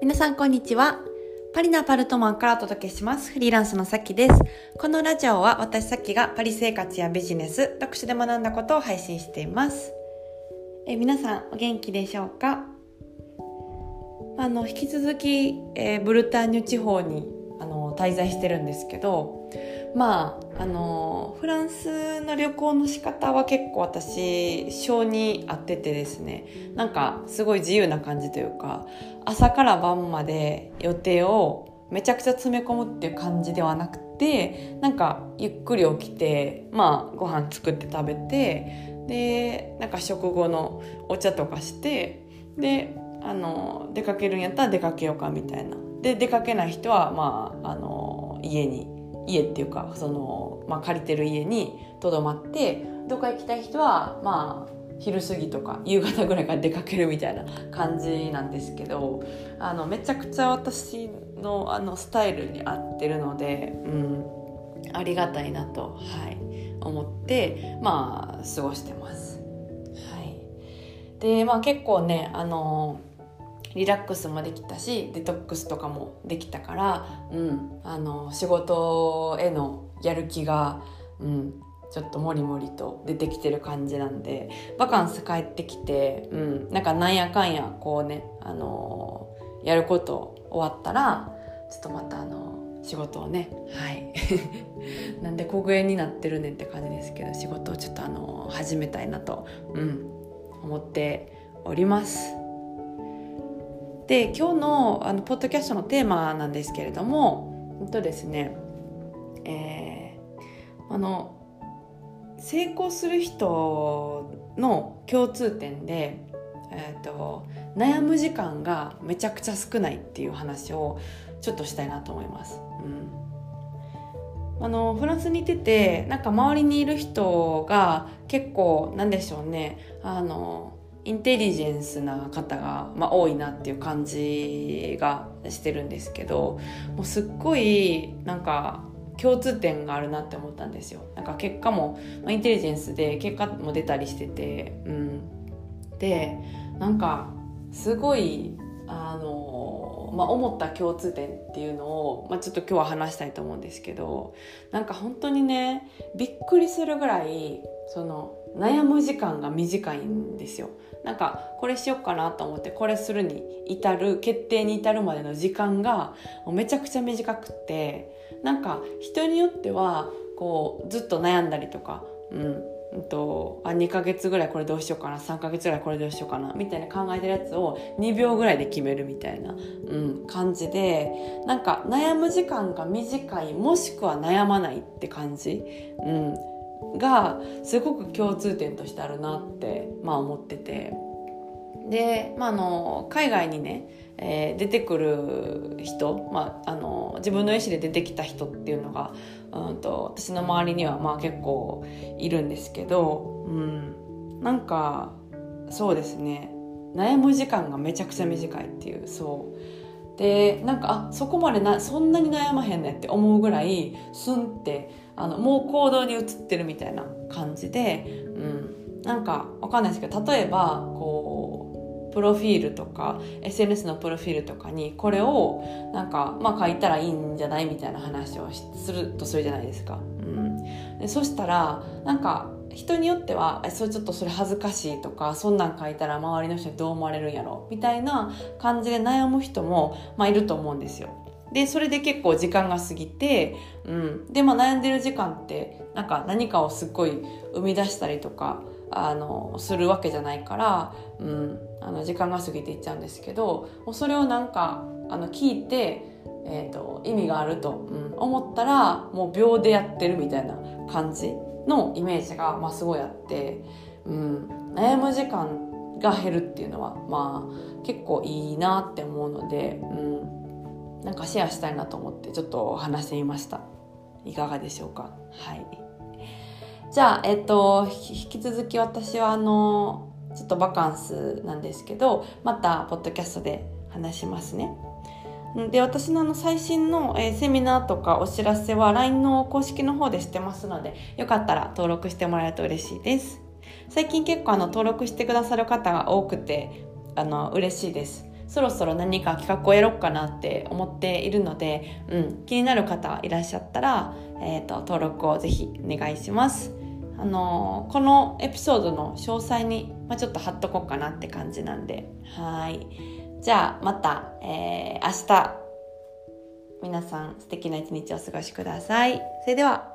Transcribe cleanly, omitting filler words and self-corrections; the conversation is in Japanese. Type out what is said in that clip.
皆さんこんにちは。パリのアパルトマンからお届けします。フリーランスのさきです。このラジオは私さきがパリ生活やビジネス、読書で学んだことを配信しています。皆さんお元気でしょうか？引き続き、ブルターニュ地方に滞在してるんですけど、フランスの旅行の仕方は結構私性に合っててですね、なんかすごい自由な感じというか、朝から晩まで予定をめちゃくちゃ詰め込むっていう感じではなくて、なんかゆっくり起きて、ご飯作って食べて、でなんか食後のお茶とかして、で出かけるんやったら出かけようかみたいな。で出かけない人は家っていうか借りてる家にとどまって、どっか行きたい人は昼過ぎとか夕方ぐらいから出かけるみたいな感じなんですけど、めちゃくちゃ私のスタイルに合ってるので、ありがたいなと、思って過ごしてます。で結構ねリラックスもできたし、デトックスとかもできたから、仕事へのやる気が、ちょっともりもりと出てきてる感じなんで、バカンス帰ってきて、なんやかんややること終わったらちょっとまた仕事をね、なんで小声になってるねんって感じですけど、仕事をちょっと始めたいなと、思っております。で、今日のポッドキャストのテーマなんですけれども、ですね、成功する人の共通点で、悩む時間がめちゃくちゃ少ないっていう話をちょっとしたいなと思います。フランスにいてて、なんか周りにいる人が結構なんでしょうね、インテリジェンスな方が、多いなっていう感じがしてるんですけど、もうすっごいなんか共通点があるなって思ったんですよ。なんか結果も、インテリジェンスで結果も出たりしてて、でなんかすごい思った共通点っていうのを、ちょっと今日は話したいと思うんですけど、なんか本当にね、びっくりするぐらい悩む時間が短いんですよ。なんかこれしようかなと思ってこれするに至る、決定に至るまでの時間がめちゃくちゃ短くって、なんか人によってはずっと悩んだりとか、2ヶ月ぐらいこれどうしようかな、3ヶ月ぐらいこれどうしようかなみたいな考えてるやつを2秒ぐらいで決めるみたいな、感じで、なんか悩む時間が短い、もしくは悩まないって感じ、がすごく共通点としてあるなって、思ってて、で、海外にね、出てくる人、自分の意思で出てきた人っていうのが、私の周りには結構いるんですけど、なんかそうですね、悩む時間がめちゃくちゃ短いっていう、そうで、なんかそこまでそんなに悩まへんねって思うぐらいスンってもう行動に移ってるみたいな感じで、なんかわかんないですけど、例えばプロフィールとか SNS のプロフィールとかにこれをなんか書いたらいいんじゃないみたいな話をするとするじゃないですか。でそしたらなんか人によってはちょっとそれ恥ずかしいとか、そんなん書いたら周りの人にどう思われるんやろみたいな感じで悩む人もいると思うんですよ。でそれで結構時間が過ぎて、で悩んでる時間ってなんか何かをすっごい生み出したりとかするわけじゃないから、時間が過ぎていっちゃうんですけど、もうそれをなんか聞いて、意味があると、思ったらもう秒でやってるみたいな感じのイメージがすごいあって、悩む時間が減るっていうのは結構いいなって思うので、なんかシェアしたいなと思ってちょっと話してみました。いかがでしょうか？じゃあ、引き続き私はちょっとバカンスなんですけど、またポッドキャストで話しますね。で、私の最新の、セミナーとかお知らせは LINE の公式の方でしてますので、よかったら登録してもらえると嬉しいです。最近結構登録してくださる方が多くて嬉しいです。 そろそろ何か企画をやろうかなって思っているので、気になる方いらっしゃったら、登録をぜひお願いします。このエピソードの詳細に、ちょっと貼っとこうかなって感じなんで、はい。じゃあまた、明日皆さん素敵な一日をお過ごしください。それでは。